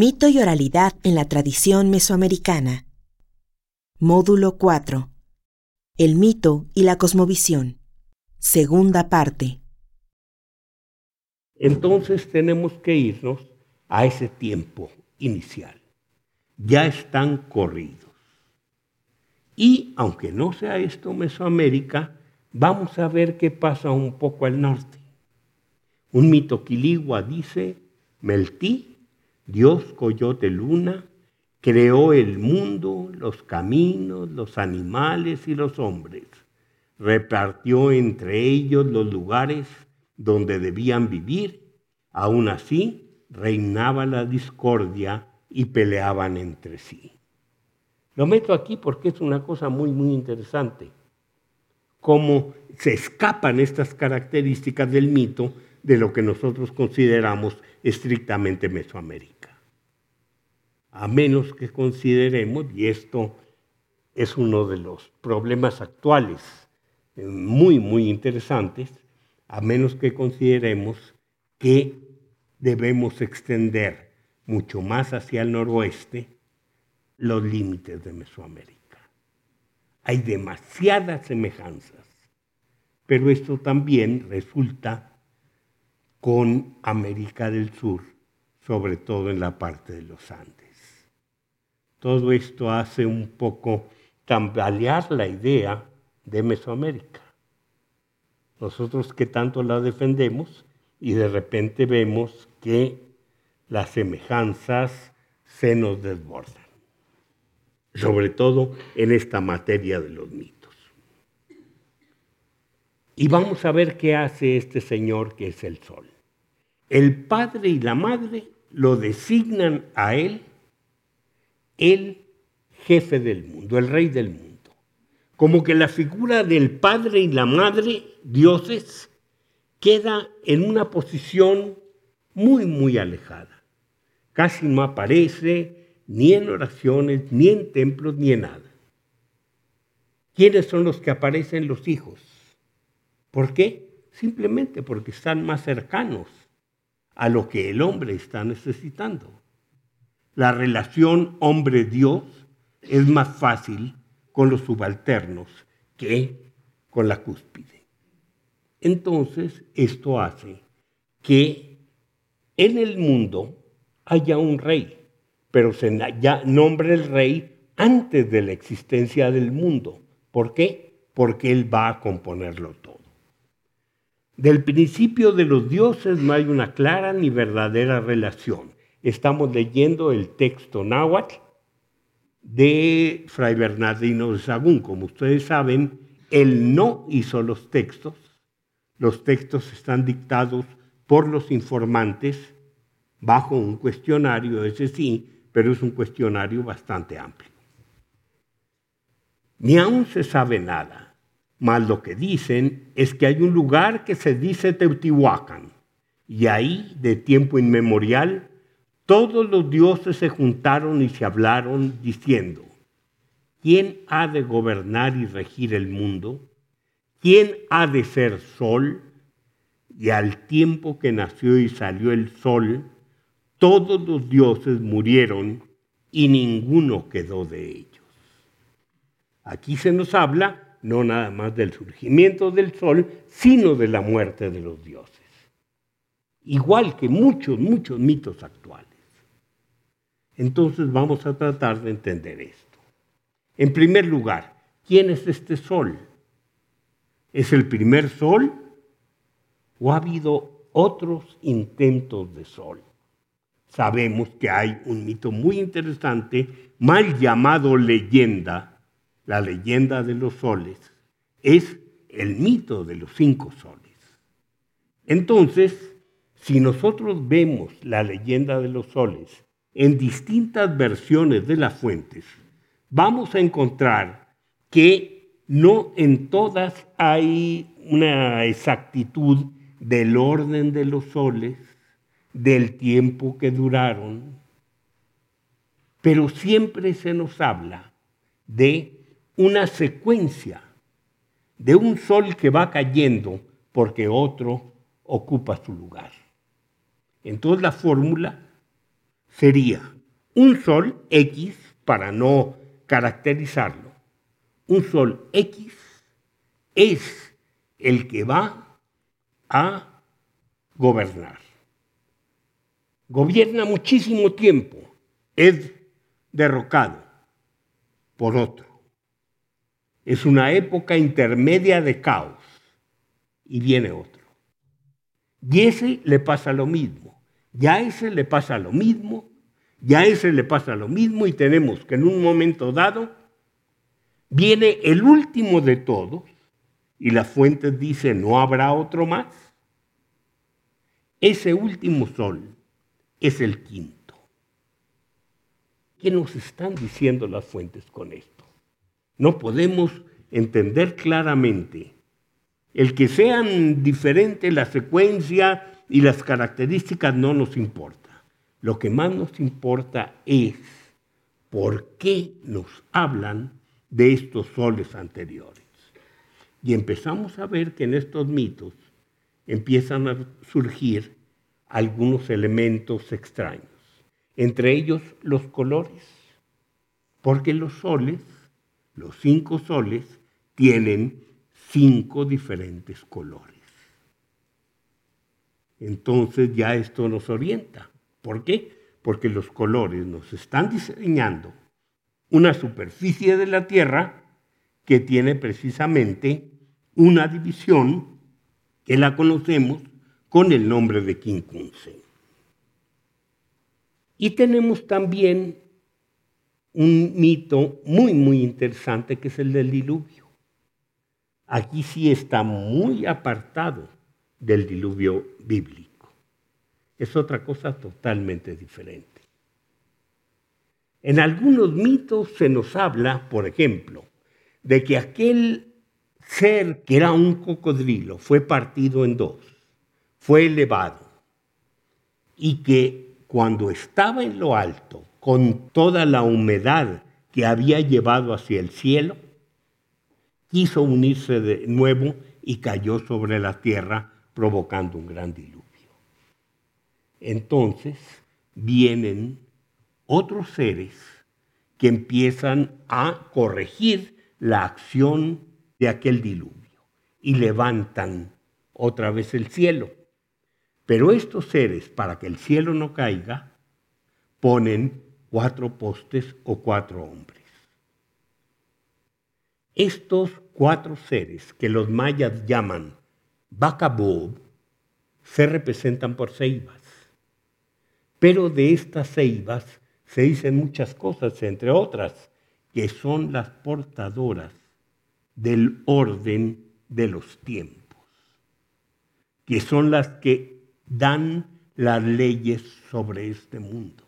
Mito y oralidad en la tradición mesoamericana. Módulo 4. El mito y la cosmovisión. Segunda parte. Entonces tenemos que irnos a ese tiempo inicial. Ya están corridos. Y aunque no sea esto Mesoamérica, vamos a ver qué pasa un poco al norte. Un mito quiligua dice: Meltí, Dios Coyote Luna, creó el mundo, los caminos, los animales y los hombres. Repartió entre ellos los lugares donde debían vivir. Aún así, reinaba la discordia y peleaban entre sí. Lo meto aquí porque es una cosa muy, muy interesante. Cómo se escapan estas características del mito de lo que nosotros consideramos estrictamente Mesoamérica. A menos que consideremos, y esto es uno de los problemas actuales muy, muy interesantes, a menos que consideremos que debemos extender mucho más hacia el noroeste los límites de Mesoamérica. Hay demasiadas semejanzas, pero esto también resulta con América del Sur, sobre todo en la parte de los Andes. Todo esto hace un poco tambalear la idea de Mesoamérica. Nosotros que tanto la defendemos y de repente vemos que las semejanzas se nos desbordan, sobre todo en esta materia de los mitos. Y vamos a ver qué hace este señor que es el Sol. El padre y la madre lo designan a él el jefe del mundo, el rey del mundo. Como que la figura del padre y la madre, dioses, queda en una posición muy, muy alejada. Casi no aparece ni en oraciones, ni en templos, ni en nada. ¿Quiénes son los que aparecen? Los hijos. ¿Por qué? Simplemente porque están más cercanos a lo que el hombre está necesitando. La relación hombre-Dios es más fácil con los subalternos que con la cúspide. Entonces, esto hace que en el mundo haya un rey, pero se ya nombre el rey antes de la existencia del mundo. ¿Por qué? Porque él va a componerlo todo. Del principio de los dioses no hay una clara ni verdadera relación. Estamos leyendo el texto náhuatl de Fray Bernardino de Sahagún. Como ustedes saben, él no hizo los textos. Los textos están dictados por los informantes bajo un cuestionario, ese sí, pero es un cuestionario bastante amplio. Ni aún se sabe nada, mas lo que dicen es que hay un lugar que se dice Teotihuacán, y ahí, de tiempo inmemorial, todos los dioses se juntaron y se hablaron diciendo: ¿quién ha de gobernar y regir el mundo? ¿Quién ha de ser sol? Y al tiempo que nació y salió el sol, todos los dioses murieron y ninguno quedó de ellos. Aquí se nos habla no nada más del surgimiento del sol, sino de la muerte de los dioses. Igual que muchos mitos actuales. Entonces vamos a tratar de entender esto. En primer lugar, ¿quién es este sol? ¿Es el primer sol o ha habido otros intentos de sol? Sabemos que hay un mito muy interesante, mal llamado leyenda, la leyenda de los soles, es el mito de los 5 soles. Entonces, si nosotros vemos la leyenda de los soles en distintas versiones de las fuentes, vamos a encontrar que no en todas hay una exactitud del orden de los soles, del tiempo que duraron, pero siempre se nos habla de una secuencia, de un sol que va cayendo porque otro ocupa su lugar. Entonces la fórmula sería un sol X, para no caracterizarlo. Un sol X es el que va a gobernar. Gobierna muchísimo tiempo, es derrocado por otro. Es una época intermedia de caos y viene otro. Y ese le pasa lo mismo, ya a ese le pasa lo mismo, ya a ese le pasa lo mismo, y tenemos que en un momento dado viene el último de todos, y las fuentes dicen no habrá otro más. Ese último sol es el quinto. ¿Qué nos están diciendo las fuentes con esto? No podemos entender claramente. El que sean diferentes la secuencia y las características no nos importa. Lo que más nos importa es por qué nos hablan de estos soles anteriores. Y empezamos a ver que en estos mitos empiezan a surgir algunos elementos extraños, entre ellos los colores, porque los soles, los 5 soles, tienen 5 diferentes colores. Entonces ya esto nos orienta. ¿Por qué? Porque los colores nos están diseñando una superficie de la Tierra que tiene precisamente una división que la conocemos con el nombre de quincunce. Y tenemos también un mito muy, muy interesante, que es el del diluvio. Aquí sí está muy apartado del diluvio bíblico. Es otra cosa totalmente diferente. En algunos mitos se nos habla, por ejemplo, de que aquel ser que era un cocodrilo fue partido en dos, fue elevado, y que cuando estaba en lo alto, con toda la humedad que había llevado hacia el cielo, quiso unirse de nuevo y cayó sobre la tierra, provocando un gran diluvio. Entonces vienen otros seres que empiezan a corregir la acción de aquel diluvio y levantan otra vez el cielo. Pero estos seres, para que el cielo no caiga, ponen 4 postes o 4 hombres. Estos 4 seres, que los mayas llaman Bacaboob, se representan por ceibas. Pero de estas ceibas se dicen muchas cosas, entre otras, que son las portadoras del orden de los tiempos, que son las que dan las leyes sobre este mundo.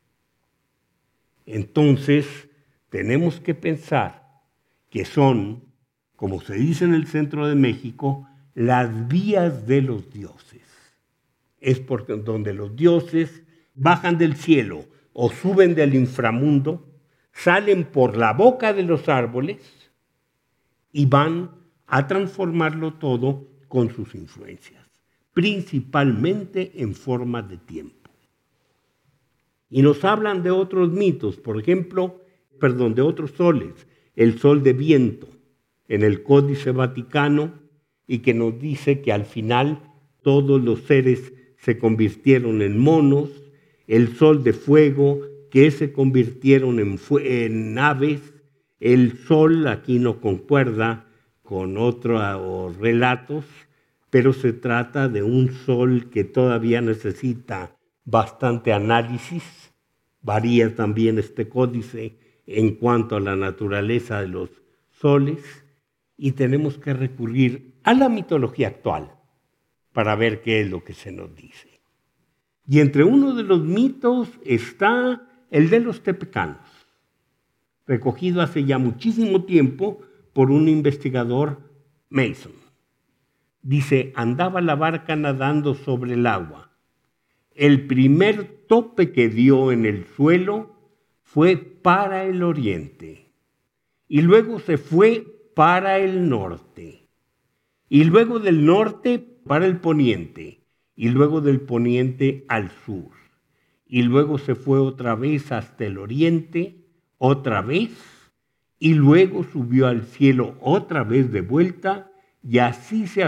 Entonces, tenemos que pensar que son, como se dice en el centro de México, las vías de los dioses. Es porque donde los dioses bajan del cielo o suben del inframundo, salen por la boca de los árboles y van a transformarlo todo con sus influencias, principalmente en forma de tiempo. Y nos hablan de otros mitos, por ejemplo, de otros soles, el sol de viento en el Códice Vaticano, y que nos dice que al final todos los seres se convirtieron en monos, el sol de fuego, que se convirtieron en aves, el sol, aquí no concuerda con otros relatos, pero se trata de un sol que todavía necesita bastante análisis. Varía también este códice en cuanto a la naturaleza de los soles, y tenemos que recurrir a la mitología actual para ver qué es lo que se nos dice. Y entre uno de los mitos está el de los tepecanos, recogido hace ya muchísimo tiempo por un investigador, Mason. Dice, andaba la barca nadando sobre el agua. El primer tope que dio en el suelo fue para el oriente, y luego se fue para el norte, y luego del norte para el poniente, y luego del poniente al sur, y luego se fue otra vez hasta el oriente, otra vez, y luego subió al cielo otra vez de vuelta, y así se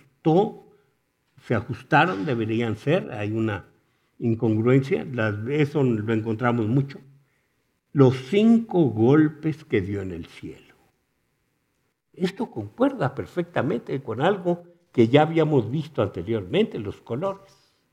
ajustaron, deberían ser, hay una incongruencia, eso lo encontramos mucho, los 5 golpes que dio en el cielo. Esto concuerda perfectamente con algo que ya habíamos visto anteriormente, los colores.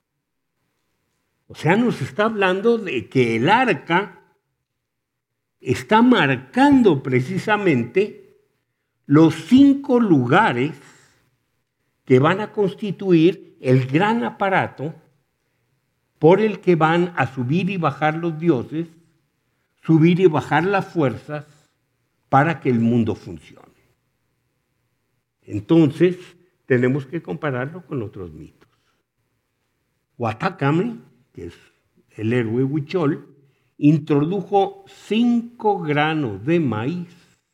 O sea, nos está hablando de que el arca está marcando precisamente los 5 lugares que van a constituir el gran aparato por el que van a subir y bajar los dioses, subir y bajar las fuerzas para que el mundo funcione. Entonces, tenemos que compararlo con otros mitos. Guatacame, que es el héroe huichol, introdujo 5 granos de maíz,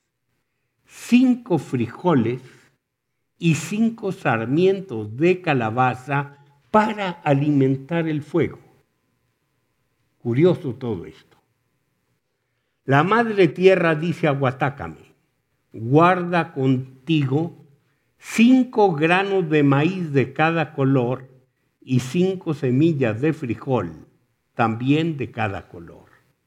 5 frijoles y 5 sarmientos de calabaza para alimentar el fuego. Curioso todo esto. La Madre Tierra dice a Guatacame: guarda contigo 5 granos de maíz de cada color y 5 semillas de frijol, también de cada color.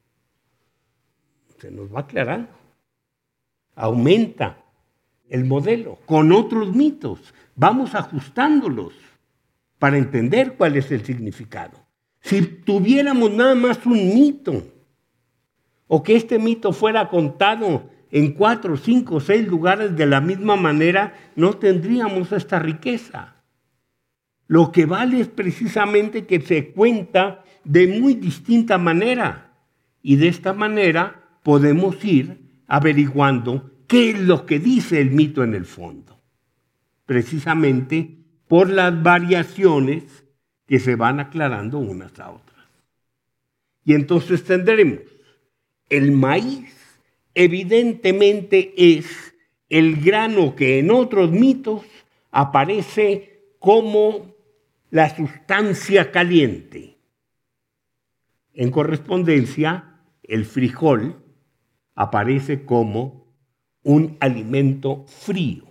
Se nos va aclarando. Aumenta el modelo con otros mitos. Vamos ajustándolos para entender cuál es el significado. Si tuviéramos nada más un mito, o que este mito fuera contado en 4, 5, 6 lugares de la misma manera, no tendríamos esta riqueza. Lo que vale es precisamente que se cuenta de muy distinta manera. Y de esta manera podemos ir averiguando qué es lo que dice el mito en el fondo. Precisamente por las variaciones que se van aclarando unas a otras. Y entonces tendremos el maíz. Evidentemente es el grano que en otros mitos aparece como la sustancia caliente. En correspondencia, el frijol aparece como un alimento frío.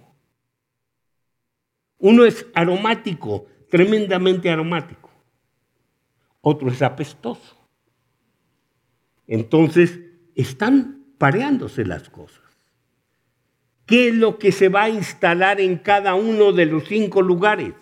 Uno es aromático, tremendamente aromático. Otro es apestoso. Entonces, están pareándose las cosas. ¿Qué es lo que se va a instalar en cada uno de los 5 lugares?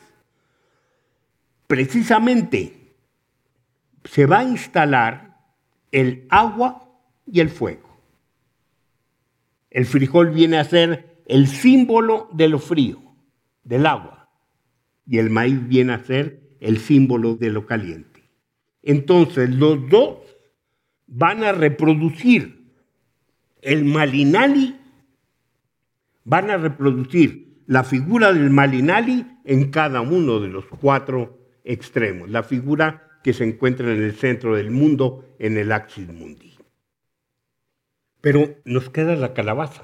Precisamente, se va a instalar el agua y el fuego. El frijol viene a ser el símbolo de lo frío, del agua, y el maíz viene a ser el símbolo de lo caliente. Entonces, los dos van a reproducir el Malinali, van a reproducir la figura del Malinali en cada uno de los 4 extremos, la figura que se encuentra en el centro del mundo, en el Axis Mundi. Pero nos queda la calabaza.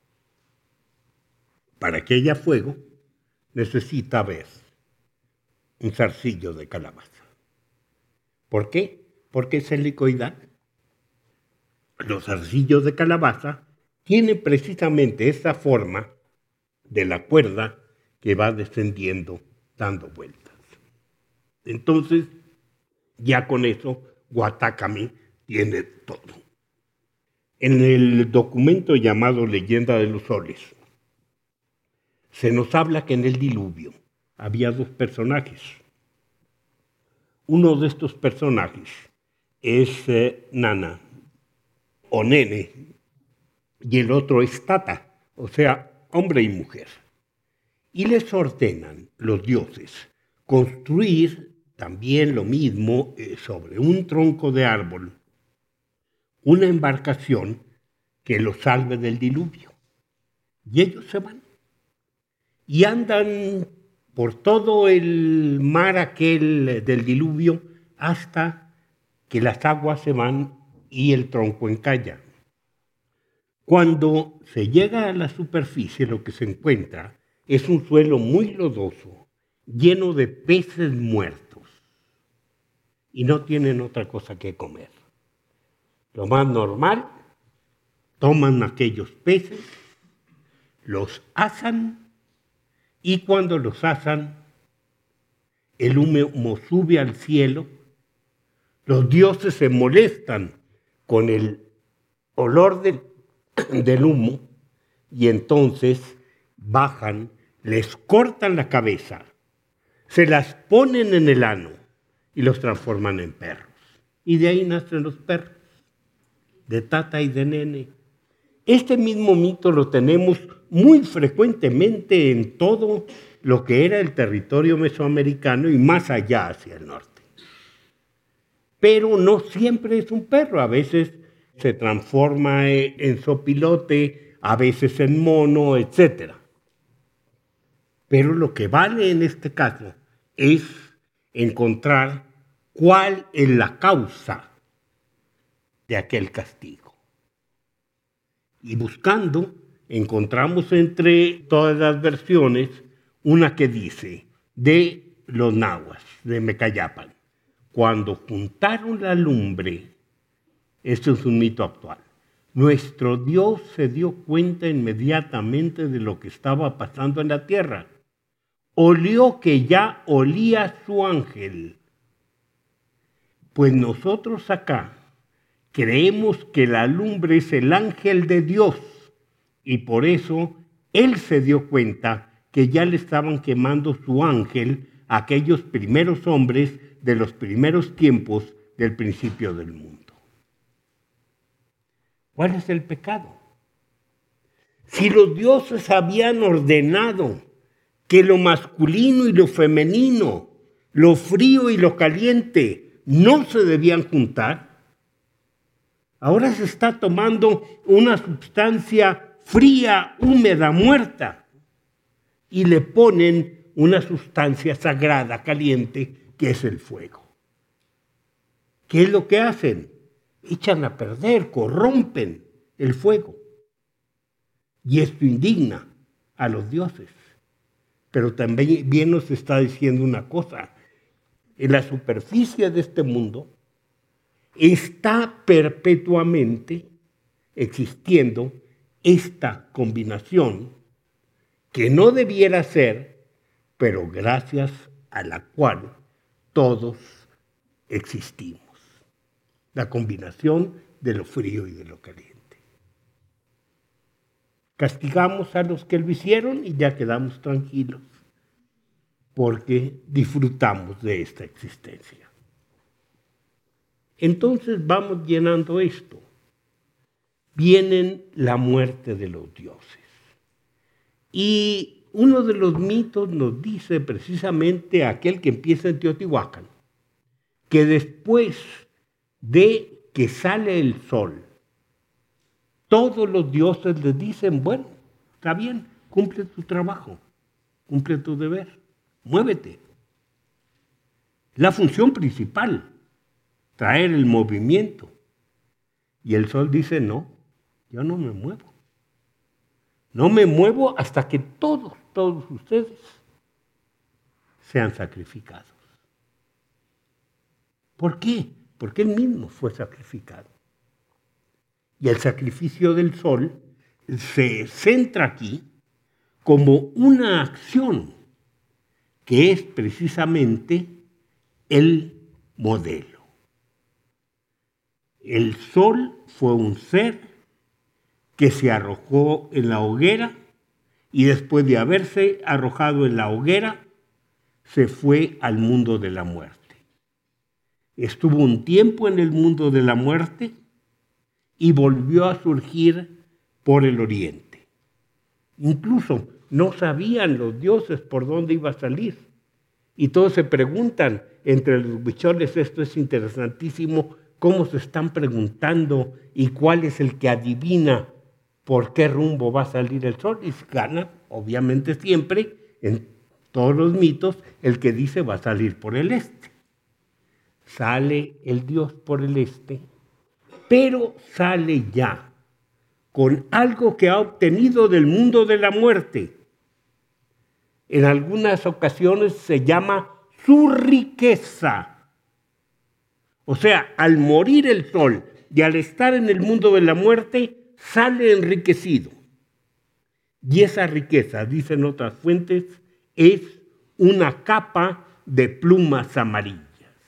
Para que haya fuego, necesita haber un zarcillo de calabaza. ¿Por qué? Porque es helicoidal. Los zarcillos de calabaza tienen precisamente esa forma de la cuerda que va descendiendo dando vueltas. Entonces, ya con eso, Guatacame tiene todo. En el documento llamado Leyenda de los Soles, se nos habla que en el diluvio había 2 personajes. Uno de estos personajes es Nana o Nene, y el otro es Tata, o sea, hombre y mujer. Y les ordenan los dioses construir también lo mismo sobre un tronco de árbol, una embarcación que los salve del diluvio. Y ellos se van. Y andan por todo el mar aquel del diluvio hasta que las aguas se van y el tronco encalla. Cuando se llega a la superficie, lo que se encuentra es un suelo muy lodoso, lleno de peces muertos. y no tienen otra cosa que comer. Lo más normal, toman aquellos peces, los asan y cuando los asan, el humo sube al cielo, los dioses se molestan con el olor del humo y entonces bajan, les cortan la cabeza, se las ponen en el ano y los transforman en perros. Y de ahí nacen los perros, de tata y de nene. Este mismo mito lo tenemos muy frecuentemente en todo lo que era el territorio mesoamericano y más allá hacia el norte. Pero no siempre es un perro, a veces se transforma en zopilote, a veces en mono, etc. Pero lo que vale en este caso es encontrar cuál es la causa de aquel castigo. Y buscando, encontramos entre todas las versiones una que dice de los nahuas, de Mecayapan. Cuando juntaron la lumbre, esto es un mito actual, nuestro Dios se dio cuenta inmediatamente de lo que estaba pasando en la tierra. Olió que ya olía su ángel. Pues nosotros acá creemos que la lumbre es el ángel de Dios y por eso Él se dio cuenta que ya le estaban quemando su ángel a aquellos primeros hombres de los primeros tiempos del principio del mundo. ¿Cuál es el pecado? Si los dioses habían ordenado que lo masculino y lo femenino, lo frío y lo caliente no se debían juntar, ahora se está tomando una sustancia fría, húmeda, muerta, y le ponen una sustancia sagrada, caliente, que es el fuego. ¿Qué es lo que hacen? Echan a perder, corrompen el fuego. Y esto indigna a los dioses. Pero también bien nos está diciendo una cosa. En la superficie de este mundo está perpetuamente existiendo esta combinación que no debiera ser, pero gracias a la cual todos existimos. La combinación de lo frío y de lo caliente. Castigamos a los que lo hicieron y ya quedamos tranquilos, porque disfrutamos de esta existencia. Entonces vamos llenando esto. Viene la muerte de los dioses. Y uno de los mitos nos dice precisamente aquel que empieza en Teotihuacán, que después de que sale el sol, todos los dioses les dicen, bueno, está bien, cumple tu trabajo, cumple tu deber, muévete. La función principal, traer el movimiento. Y el sol dice, no, yo no me muevo. No me muevo hasta que todos ustedes sean sacrificados. ¿Por qué? Porque él mismo fue sacrificado. Y el sacrificio del sol se centra aquí como una acción que es precisamente el modelo. El sol fue un ser que se arrojó en la hoguera y después de haberse arrojado en la hoguera, se fue al mundo de la muerte. Estuvo un tiempo en el mundo de la muerte y volvió a surgir por el oriente. Incluso no sabían los dioses por dónde iba a salir. Y todos se preguntan, entre los bichones, esto es interesantísimo, cómo se están preguntando y cuál es el que adivina por qué rumbo va a salir el sol. Y gana, obviamente siempre, en todos los mitos, el que dice va a salir por el este. Sale el dios por el este, pero sale ya con algo que ha obtenido del mundo de la muerte. En algunas ocasiones se llama su riqueza. O sea, al morir el sol y al estar en el mundo de la muerte, sale enriquecido. Y esa riqueza, dicen otras fuentes, es una capa de plumas amarillas.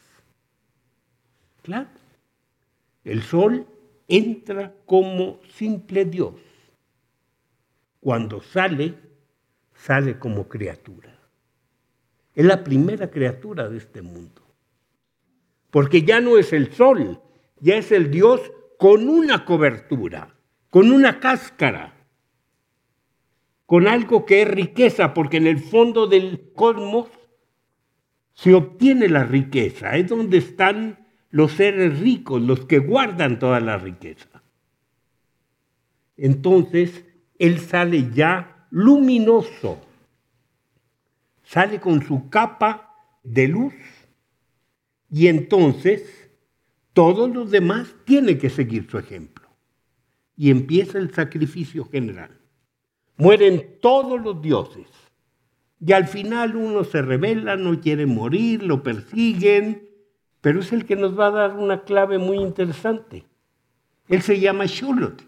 Claro, el sol entra como simple Dios. Cuando sale, sale como criatura. Es la primera criatura de este mundo. Porque ya no es el sol, ya es el Dios con una cobertura, con una cáscara, con algo que es riqueza, porque en el fondo del cosmos se obtiene la riqueza, es donde están los seres ricos, los que guardan toda la riqueza. Entonces, él sale ya luminoso, sale con su capa de luz, y entonces todos los demás tienen que seguir su ejemplo. Y empieza el sacrificio general. Mueren todos los dioses. Y al final uno se rebela, no quiere morir, lo persiguen, pero es el que nos va a dar una clave muy interesante. Él se llama Xolotl.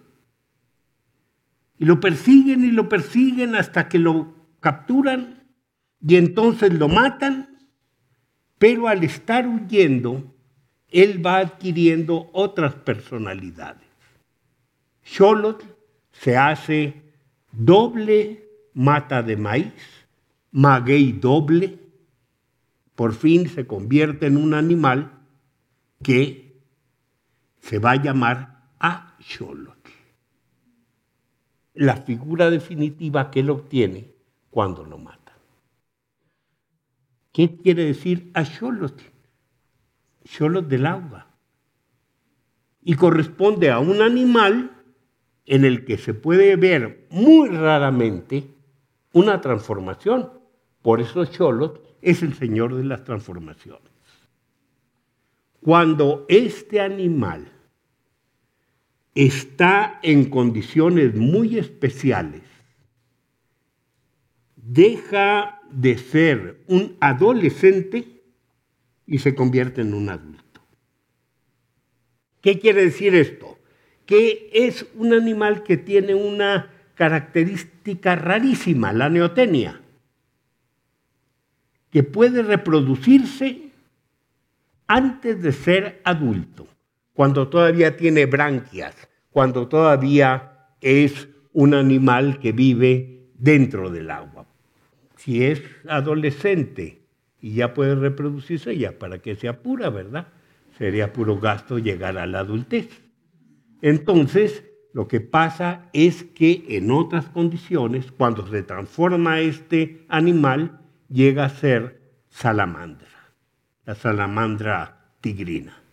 Y lo persiguen hasta que lo capturan y entonces lo matan, pero al estar huyendo, él va adquiriendo otras personalidades. Xolotl se hace doble mata de maíz, maguey doble, por fin se convierte en un animal que se va a llamar Axolotl. La figura definitiva que él obtiene cuando lo mata. ¿Qué quiere decir Axolotl? Xolotl del agua. Y corresponde a un animal en el que se puede ver muy raramente una transformación. Por eso Xolotl es el señor de las transformaciones. Cuando este animal está en condiciones muy especiales, deja de ser un adolescente y se convierte en un adulto. ¿Qué quiere decir esto? Que es un animal que tiene una característica rarísima, la neotenia, que puede reproducirse antes de ser adulto, cuando todavía tiene branquias, cuando todavía es un animal que vive dentro del agua. Si es adolescente y ya puede reproducirse, ya para que se apura, ¿verdad? Sería puro gasto llegar a la adultez. Entonces, lo que pasa es que en otras condiciones, cuando se transforma este animal, llega a ser salamandra, la salamandra tigrina.